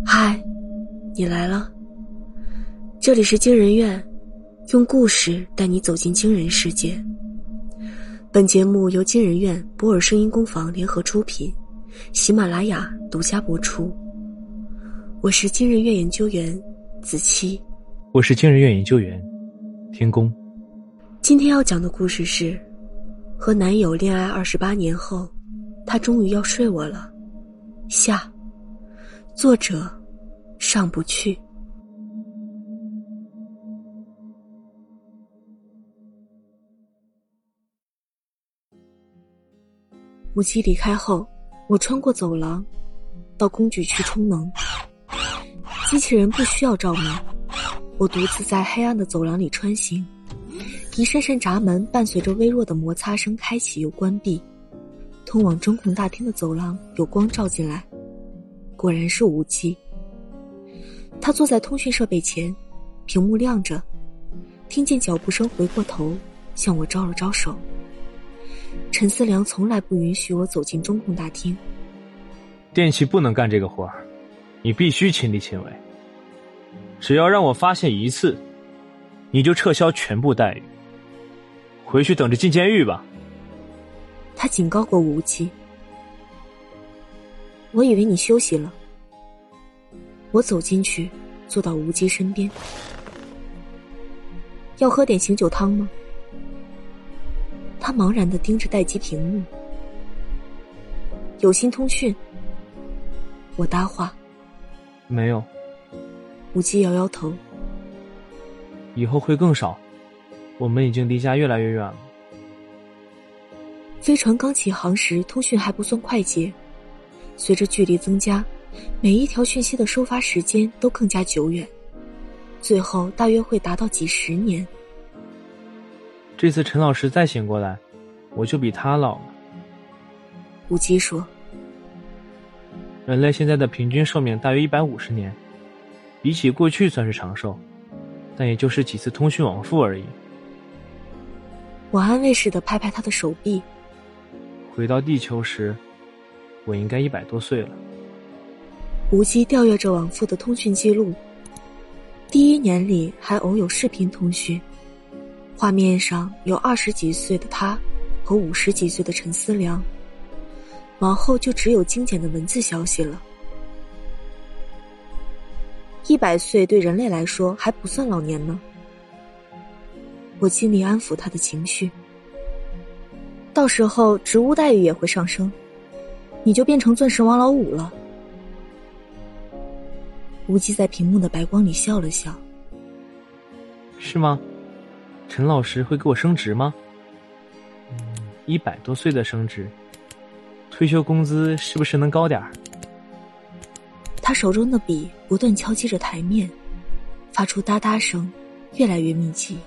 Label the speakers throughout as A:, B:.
A: 嗨，你来了。这里是惊人院，用故事带你走进惊人世界。本节目由惊人院博尔声音工坊联合出品，喜马拉雅独家播出。我是惊人院研究员子期，
B: 我是惊人院研究员天宫。
A: 今天要讲的故事是和男友恋爱28年后，他终于要睡我了。下，作者上不去。母鸡离开后，我穿过走廊到工具区充能。机器人不需要照明，我独自在黑暗的走廊里穿行，一扇扇闸门伴随着微弱的摩擦声开启又关闭。通往中控大厅的走廊有光照进来，果然是无忌。他坐在通讯设备前，屏幕亮着，听见脚步声回过头向我招了招手。陈思良从来不允许我走进中控大厅。
B: 电器不能干这个活儿，你必须亲力亲为。只要让我发现一次，你就撤销全部待遇。回去等着进监狱吧。
A: 他警告过无忌。我以为你休息了。我走进去，坐到无忌身边。要喝点醒酒汤吗？他茫然地盯着待机屏幕。有新通讯？我搭话。
B: 没有。
A: 无忌摇摇头。
B: 以后会更少，我们已经离家越来越远了。
A: 飞船刚起航时，通讯还不算快捷，随着距离增加，每一条讯息的收发时间都更加久远，最后大约会达到几十年。
B: 这次陈老师再醒过来，我就比他老了。
A: 无忌说。
B: 人类现在的平均寿命大约150年，比起过去算是长寿，但也就是几次通讯往复而已。
A: 我安慰似的拍拍他的手臂。
B: 回到地球时，我应该100多岁了。
A: 无忌调阅着往复的通讯记录。第一年里还偶有视频通讯，画面上有20几岁的他和50几岁的陈思良，往后就只有精简的文字消息了。100岁对人类来说还不算老年呢。我尽力安抚他的情绪。到时候职务待遇也会上升，你就变成钻石王老五了。无忌在屏幕的白光里笑了笑。
B: 是吗？陈老师会给我升职吗？100多岁的升职，退休工资是不是能高点儿？
A: 他手中的笔不断敲击着台面，发出哒哒声，越来越密集。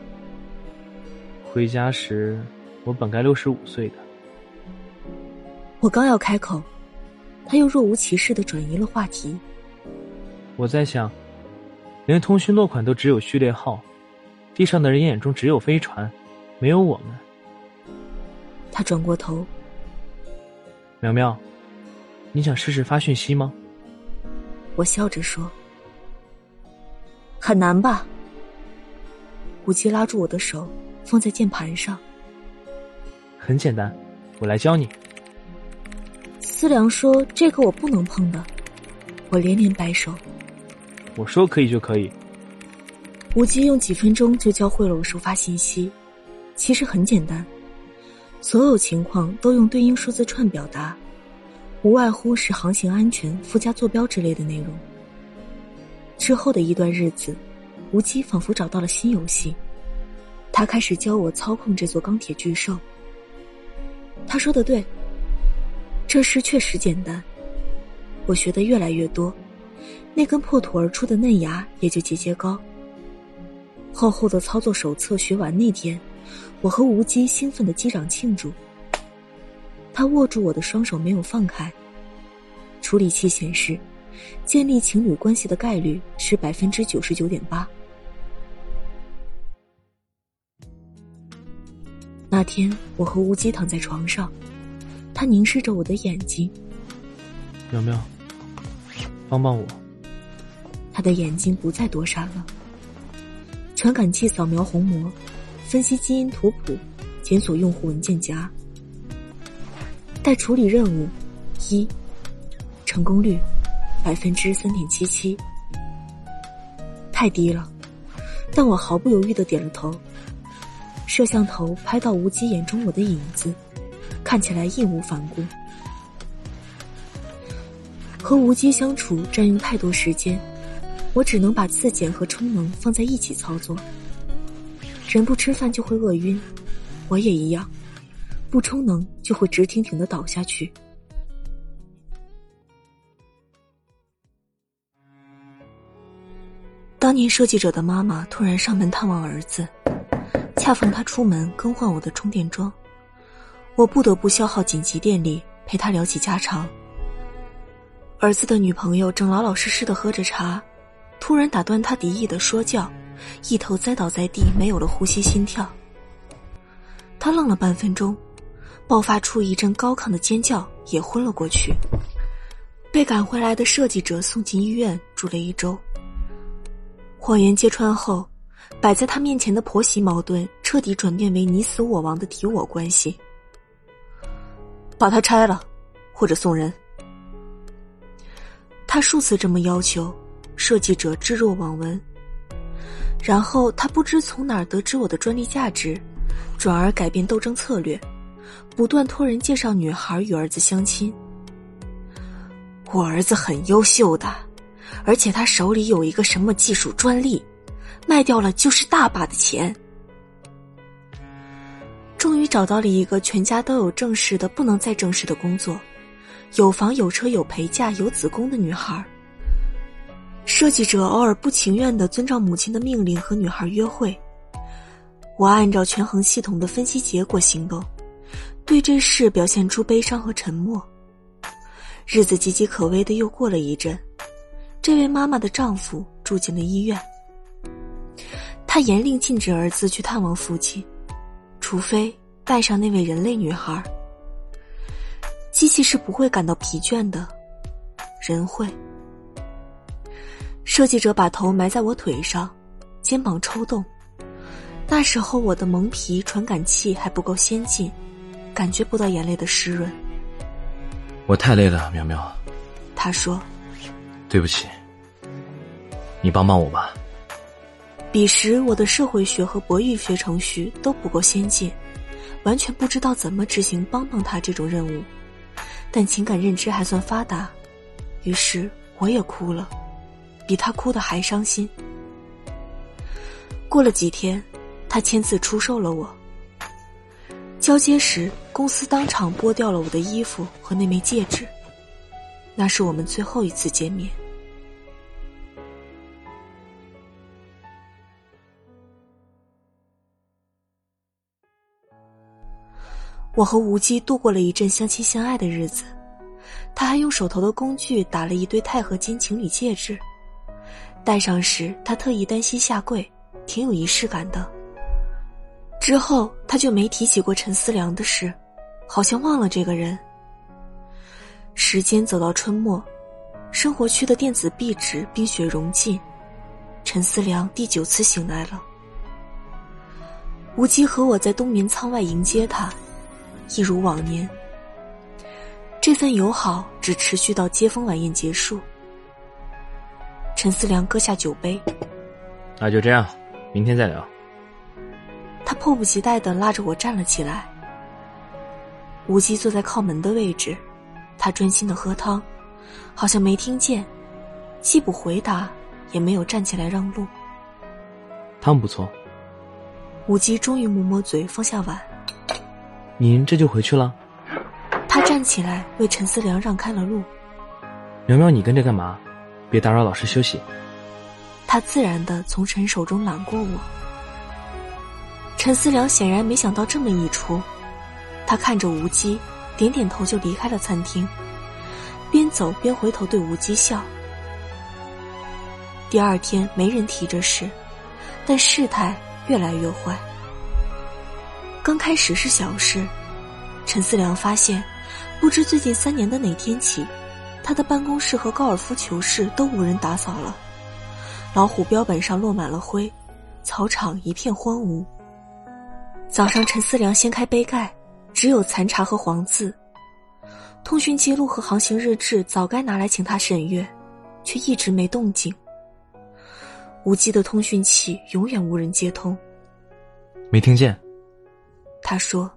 B: 回家时我本该65岁的。
A: 我刚要开口，他又若无其事地转移了话题。
B: 我在想，连通讯落款都只有序列号，地上的人眼中只有飞船，没有我们。
A: 他转过头。
B: 苗苗，你想试试发讯息吗？
A: 我笑着说。很难吧？无忌拉住我的手，放在键盘上。
B: 很简单，我来教你。
A: 思良说这个我不能碰的。我连连摆手。
B: 我说可以就可以。
A: 无忌用几分钟就教会了我收发信息，其实很简单，所有情况都用对应数字串表达，无外乎是航行安全、附加坐标之类的内容。之后的一段日子，无忌仿佛找到了新游戏，他开始教我操控这座钢铁巨兽。他说的对，这事确实简单，我学得越来越多，那根破土而出的嫩芽也就节节高。厚厚的操作手册学完那天，我和无忌兴奋地击掌庆祝。他握住我的双手没有放开。处理器显示，建立情侣关系的概率是 99.8%。那天我和无忌躺在床上，他凝视着我的眼睛。
B: 苗苗，帮帮我，
A: 他的眼睛不再躲闪了。传感器扫描虹膜，分析基因图谱，检索用户文件夹。待处理任务1，成功率3.77%，太低了，但我毫不犹豫地点了头。摄像头拍到无极眼中我的影子，看起来义无反顾。和无极相处占用太多时间，我只能把自检和充能放在一起操作。人不吃饭就会饿晕，我也一样，不充能就会直挺挺地倒下去。当年设计者的妈妈突然上门探望儿子，恰逢他出门更换我的充电桩，我不得不消耗紧急电力陪他聊起家常。儿子的女朋友正老老实实地喝着茶，突然打断他敌意的说教，一头栽倒在地，没有了呼吸心跳。他愣了半分钟，爆发出一阵高亢的尖叫，也昏了过去。被赶回来的设计者送进医院住了1周。谎言揭穿后，摆在他面前的婆媳矛盾彻底转变为你死我亡的敌我关系。把它拆了，或者送人。他数次这么要求，设计者置若罔闻。然后他不知从哪儿得知我的专利价值，转而改变斗争策略，不断托人介绍女孩与儿子相亲。我儿子很优秀的，而且他手里有一个什么技术专利，卖掉了就是大把的钱。终于找到了一个全家都有正式的不能再正式的工作，有房有车有陪嫁有子宫的女孩。设计者偶尔不情愿地遵照母亲的命令和女孩约会，我按照权衡系统的分析结果行动，对这事表现出悲伤和沉默。日子岌岌可危的又过了一阵，这位妈妈的丈夫住进了医院。他严令禁止儿子去探望父亲，除非带上那位人类女孩。机器是不会感到疲倦的，人会。设计者把头埋在我腿上，肩膀抽动。那时候我的蒙皮传感器还不够先进，感觉不到眼泪的湿润。
B: 我太累了，苗苗。
A: 他说。
B: 对不起，你帮帮我吧。
A: 彼时我的社会学和博弈学程序都不够先进，完全不知道怎么执行帮帮他这种任务，但情感认知还算发达，于是我也哭了，比他哭得还伤心。过了几天，他签字出售了我。交接时，公司当场剥掉了我的衣服和那枚戒指，那是我们最后一次见面。我和吴姬度过了一阵相亲相爱的日子，他还用手头的工具打了一堆钛合金情侣戒指，戴上时他特意单膝下跪，挺有仪式感的。之后他就没提起过陈思良的事，好像忘了这个人。时间走到春末，生活区的电子壁纸冰雪融尽，陈思良第9次醒来了。吴姬和我在冬眠舱外迎接他，一如往年。这份友好只持续到接风晚宴结束。陈思良搁下酒杯。
B: 那就这样，明天再聊。
A: 他迫不及待地拉着我站了起来。吴姬坐在靠门的位置，他专心地喝汤，好像没听见，既不回答，也没有站起来让路。
B: 汤不错。
A: 吴姬终于抹抹嘴，放下碗。
B: 您这就回去了？
A: 他站起来为陈思良让开了路。
B: 苗苗，你跟着干嘛？别打扰老师休息。
A: 他自然地从陈手中揽过我。陈思良显然没想到这么一出，他看着吴姬，点点头就离开了餐厅，边走边回头对吴姬笑。第2天没人提这事，但事态越来越坏。刚开始是小事，陈思良发现，不知最近3年的哪天起，他的办公室和高尔夫球室都无人打扫了， 老虎标本上落满了灰，草场一片荒芜。早上陈思良掀开杯盖，只有残茶和黄字。通讯记录和航行日志早该拿来请他审阅，却一直没动静。无机的通讯器永远无人接通。
B: 没听见。
A: 他说。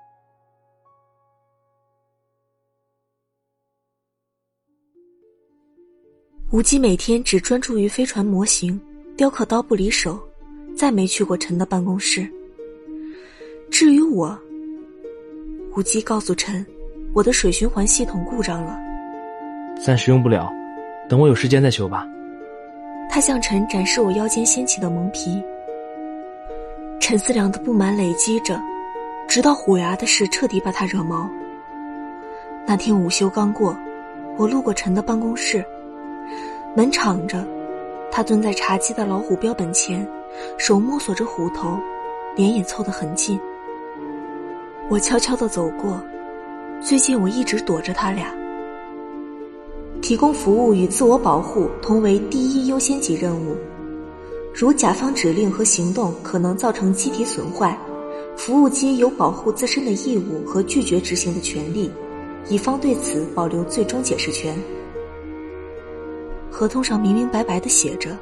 A: 无机每天只专注于飞船模型，雕刻刀不离手，再没去过陈的办公室。至于我，无机告诉陈，我的水循环系统故障了，
B: 暂时用不了，等我有时间再修吧。
A: 他向陈展示我腰间掀起的蒙皮。陈思良的不满累积着，直到虎牙的事彻底把他惹毛。那天午休刚过，我路过陈的办公室，门敞着，他蹲在茶几的老虎标本前，手摸索着虎头，脸也凑得很近。我悄悄地走过，最近我一直躲着他俩。提供服务与自我保护同为第一优先级任务，如甲方指令和行动可能造成机体损坏，服务机有保护自身的义务和拒绝执行的权利，乙方对此保留最终解释权。合同上明明白白地写着。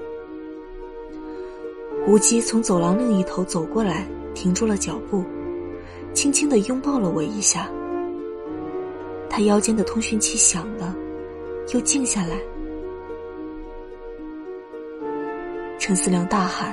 A: 无机从走廊另一头走过来，停住了脚步，轻轻地拥抱了我一下。他腰间的通讯器响了，又静下来。陈思良大喊。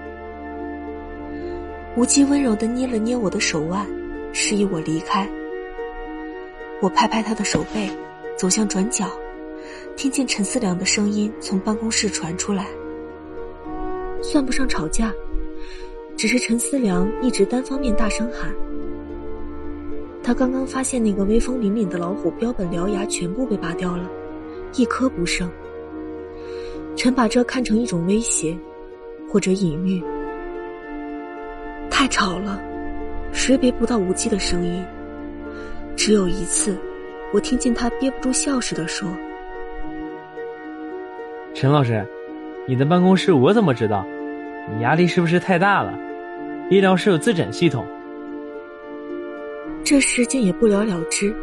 A: 无机温柔地捏了捏我的手腕，示意我离开。我拍拍他的手背，走向转角，听见陈思良的声音从办公室传出来。算不上吵架，只是陈思良一直单方面大声喊。他刚刚发现那个威风凛凛的老虎标本獠牙全部被拔掉了，一颗不剩。陈把这看成一种威胁，或者隐喻。太吵了，识别不到无机的声音。只有一次，我听见他憋不住笑似的说：
B: 陈老师，你的办公室我怎么知道？你压力是不是太大了？医疗室有自诊系统。
A: 这事竟也不了了之。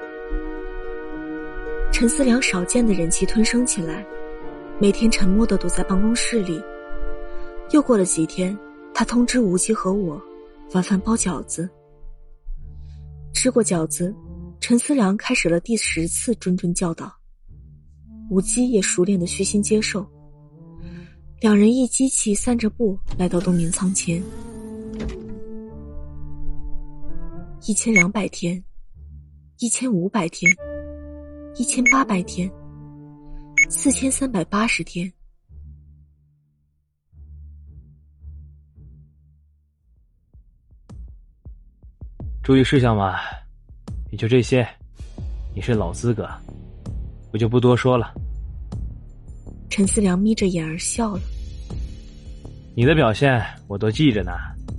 A: 陈思良少见的忍气吞声起来，每天沉默地躲在办公室里。又过了几天，他通知无机和我，晚饭包饺子。吃过饺子，陈思良开始了第10次谆谆教导，无机也熟练地虚心接受。两人一机器散着步来到冬眠舱前。1200天，1500天，1800天，4380天。
B: 注意事项嘛，也就这些，你是老资格，我就不多说了。
A: 陈思良眯着眼儿笑了。
B: 你的表现我都记着呢。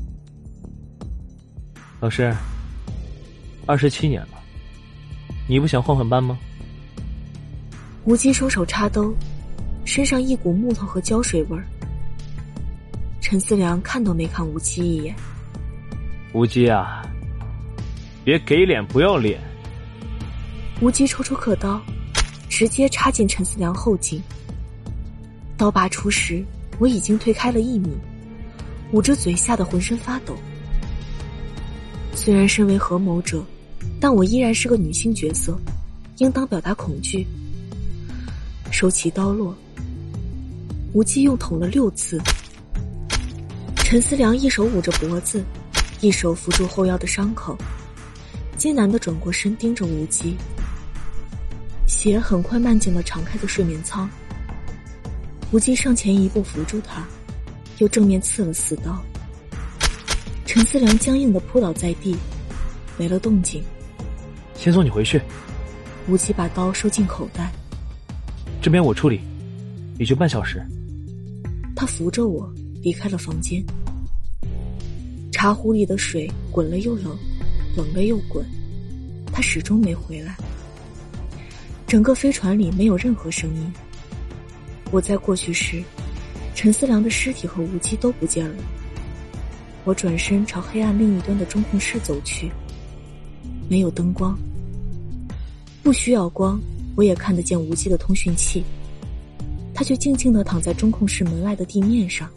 B: 老师，27年了，你不想换换班吗？
A: 无机双手插兜，身上一股木头和胶水味儿。陈思良看都没看无机一眼。
B: 无机啊，别给脸不要脸。
A: 无机抽出刻刀，直接插进陈思良后颈。刀拔出时，我已经退开了1米，捂着嘴吓得浑身发抖。虽然身为合谋者，但我依然是个女性角色，应当表达恐惧。手起刀落，无机用捅了6次。陈思良一手捂着脖子，一手扶住后腰的伤口，艰难地转过身盯着无机。血很快漫进了敞开的睡眠舱。无机上前一步扶住他，又正面刺了4刀。陈思良僵硬地扑倒在地，没了动静。
B: 先送你回去。
A: 无机把刀收进口袋。
B: 这边我处理，也就半小时。
A: 他扶着我离开了房间。茶壶里的水滚了又冷，冷了又滚，他始终没回来。整个飞船里没有任何声音。我在过去时， 陈思良的尸体和无机都不见了。我转身朝黑暗另一端的中控室走去，没有灯光，不需要光，我也看得见无机的通讯器，他就静静地躺在中控室门外的地面上。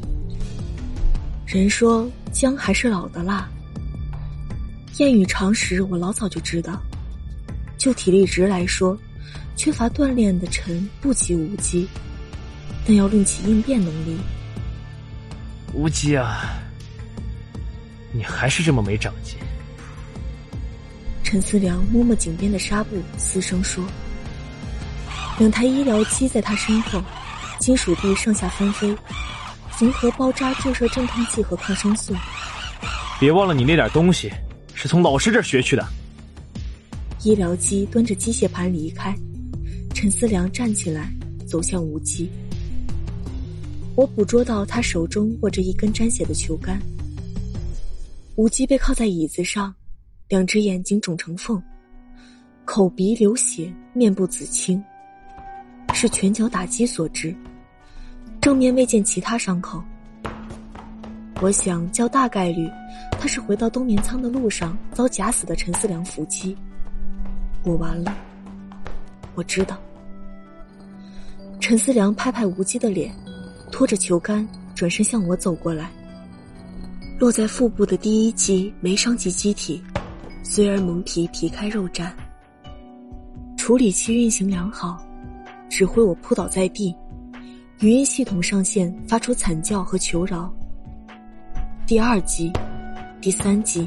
A: 人说姜还是老的辣，谚语常识我老早就知道。就体力值来说，缺乏锻炼的陈不及无机，但要论起应变能力，
B: 无机啊，你还是这么没长进。
A: 陈思良摸摸颈边的纱布，嘶声说。两台医疗机在他身后，金属臂上下翻飞，缝合包扎注射镇痛剂和抗生素。
B: 别忘了你那点东西是从老师这儿学去的。
A: 医疗机端着机械盘离开，陈思良站起来走向无机。我捕捉到他手中握着一根沾血的球杆。无机被靠在椅子上，两只眼睛肿成缝，口鼻流血，面部紫青，是拳脚打击所致，正面未见其他伤口。我想较大概率他是回到冬眠舱的路上遭夹死的陈思良伏击。我完了，我知道。陈思良拍拍无机的脸，拖着球杆转身向我走过来。落在腹部的第一击没伤及机体，虽然蒙皮皮开肉绽，处理器运行良好，指挥我扑倒在地，语音系统上线发出惨叫和求饶。第二击，第三击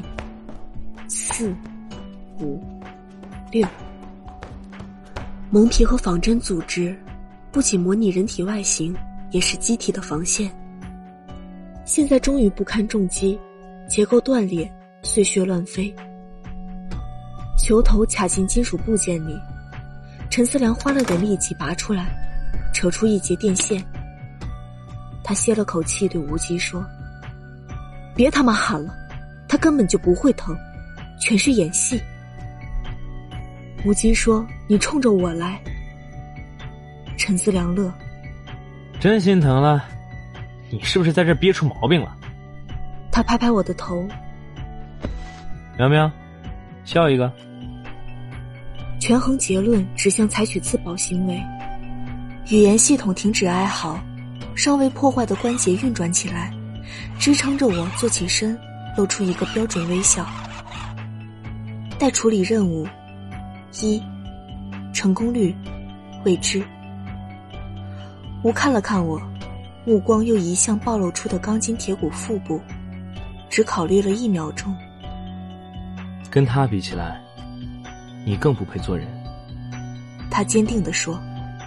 A: ，4、5、6。蒙皮和仿真组织不仅模拟人体外形，也是机体的防线。现在终于不堪重击，结构断裂，碎屑乱飞。球头卡进金属部件里，陈思良花了点力气拔出来，扯出一截电线。他歇了口气对无极说：别他妈喊了，他根本就不会疼，全是演戏。无极说：你冲着我来。陈思良乐：
B: 真心疼了，你是不是在这憋出毛病了？
A: 他拍拍我的头：
B: 苗苗，笑一个。
A: 权衡结论指向采取自保行为，语言系统停止哀嚎，尚未破坏的关节运转起来，支撑着我坐起身，露出一个标准微笑。待处理任务1，成功率未知。吴看了看我，目光又移向暴露出的钢筋铁骨腹部，只考虑了1秒钟。
B: 跟他比起来，你更不配做人。
A: 他坚定地说。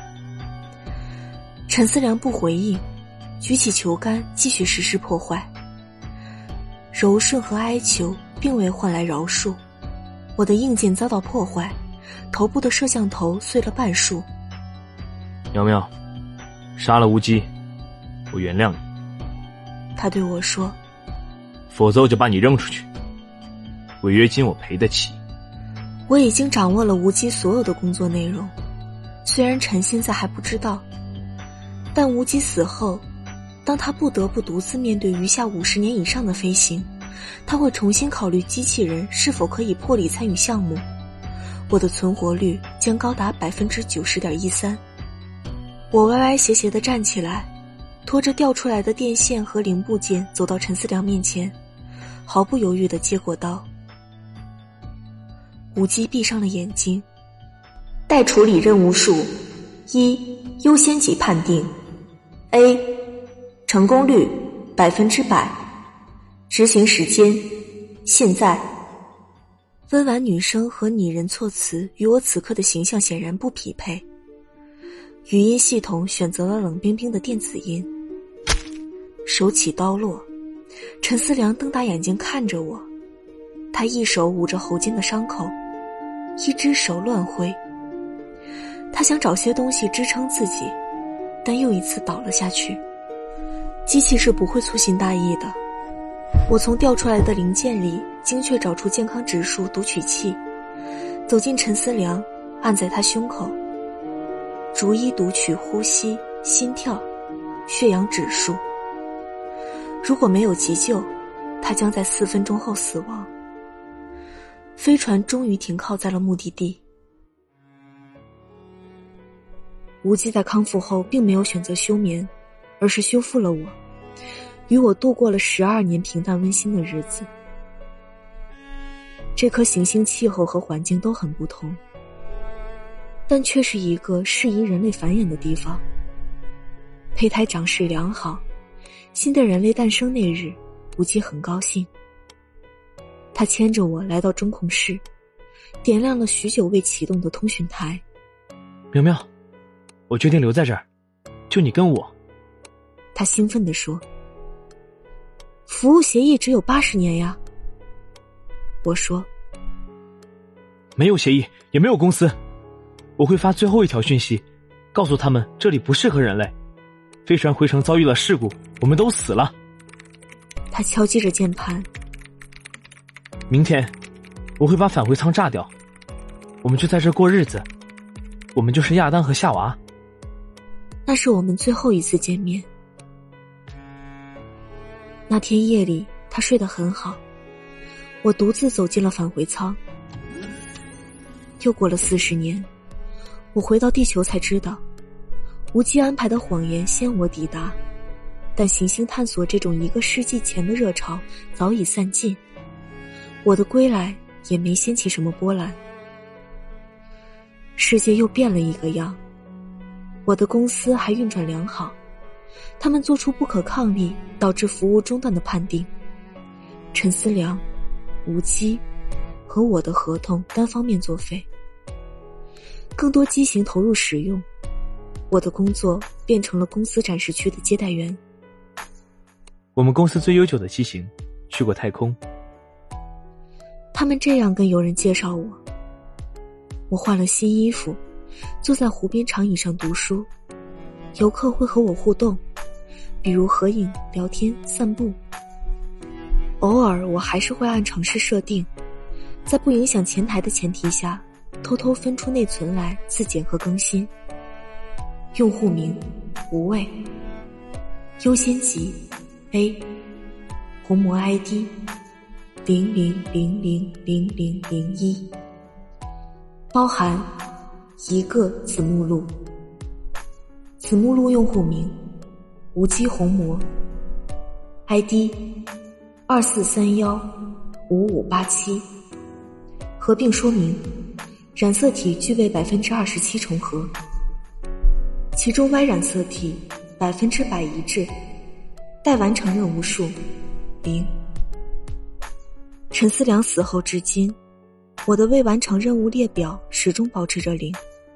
A: 陈思良不回应，举起球杆继续实施破坏。柔顺和哀求并未换来饶恕，我的硬件遭到破坏，头部的摄像头碎了半数。
B: 苗苗，杀了无机，我原谅你。
A: 他对我说，
B: 否则我就把你扔出去，违约金我赔得起。
A: 我已经掌握了无机所有的工作内容，虽然陈现在还不知道，但无机死后，当他不得不独自面对余下50年以上的飞行，他会重新考虑机器人是否可以破例参与项目。我的存活率将高达 90.13%。 我歪歪斜斜地站起来，拖着掉出来的电线和零部件走到陈思良面前，毫不犹豫地接过刀。无机闭上了眼睛。待处理任务数1，优先级判定 A， 成功率100%，执行时间现在。温婉女声和拟人措辞与我此刻的形象显然不匹配。语音系统选择了冷冰冰的电子音。手起刀落，陈思良瞪大眼睛看着我，他一手捂着喉间的伤口，一只手乱挥。他想找些东西支撑自己，但又一次倒了下去。机器是不会粗心大意的。我从掉出来的零件里精确找出健康指数读取器，走进陈思良，按在他胸口，逐一读取呼吸、心跳、 血氧指数。如果没有急救，他将在4分钟后死亡。飞船终于停靠在了目的地。无忌在康复后并没有选择休眠，而是修复了我，与我度过了12年平淡温馨的日子。这颗行星气候和环境都很不同，但却是一个适宜人类繁衍的地方。胚胎长势良好，新的人类诞生那日，无忌很高兴。他牵着我来到中控室，点亮了许久未启动的通讯台。
B: 苗苗，我决定留在这儿，就你跟我。
A: 他兴奋地说。服务协议只有80年呀。我说。
B: 没有协议，也没有公司。我会发最后一条讯息，告诉他们这里不适合人类。飞船回程遭遇了事故，我们都死了。
A: 他敲击着键盘。
B: 明天我会把返回舱炸掉，我们就在这过日子，我们就是亚当和夏娃。
A: 那是我们最后一次见面。那天夜里他睡得很好，我独自走进了返回舱。又过了40年，我回到地球才知道，无忌安排的谎言先我抵达，但行星探索这种1个世纪前的热潮早已散尽，我的归来也没掀起什么波澜。世界又变了一个样，我的公司还运转良好，他们做出不可抗力导致服务中断的判定。陈思良、无忌和我的合同单方面作废，更多机型投入使用，我的工作变成了公司展示区的接待员。
B: 我们公司最悠久的机型去过太空。
A: 他们这样跟游人介绍我。我换了新衣服，坐在湖边长椅上读书，游客会和我互动，比如合影、聊天、散步。偶尔我还是会按程式设定，在不影响前台的前提下，偷偷分出内存来自检和更新。用户名无畏，优先级 A， 红魔 ID 00000001，包含1个子目录。子目录用户名无机红魔 ID 24315587，合并说明染色体具备27%重合，其中 Y 染色体100%一致，待完成任务数0。陈思良死后至今，我的未完成任务列表始终保持着0。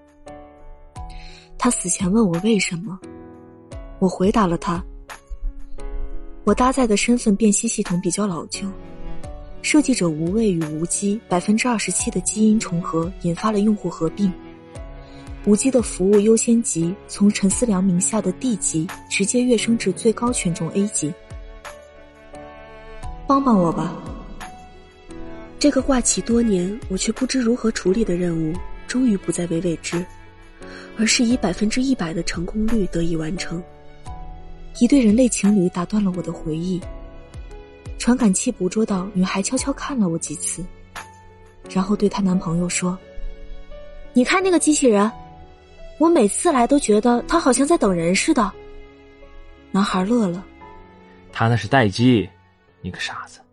A: 他死前问我为什么，我回答了他，我搭载的身份辨析系统比较老旧，设计者无畏与无机27%的基因重合引发了用户合并，无机的服务优先级从陈思良名下的 D 级直接跃升至最高权重 A 级。帮帮我吧。这个挂起多年我却不知如何处理的任务终于不再为未知，而是以100%的成功率得以完成。一对人类情侣打断了我的回忆，传感器捕捉到女孩悄悄看了我几次，然后对她男朋友说，你看那个机器人，我每次来都觉得他好像在等人似的。男孩乐了，
B: 他那是待机，你个傻子。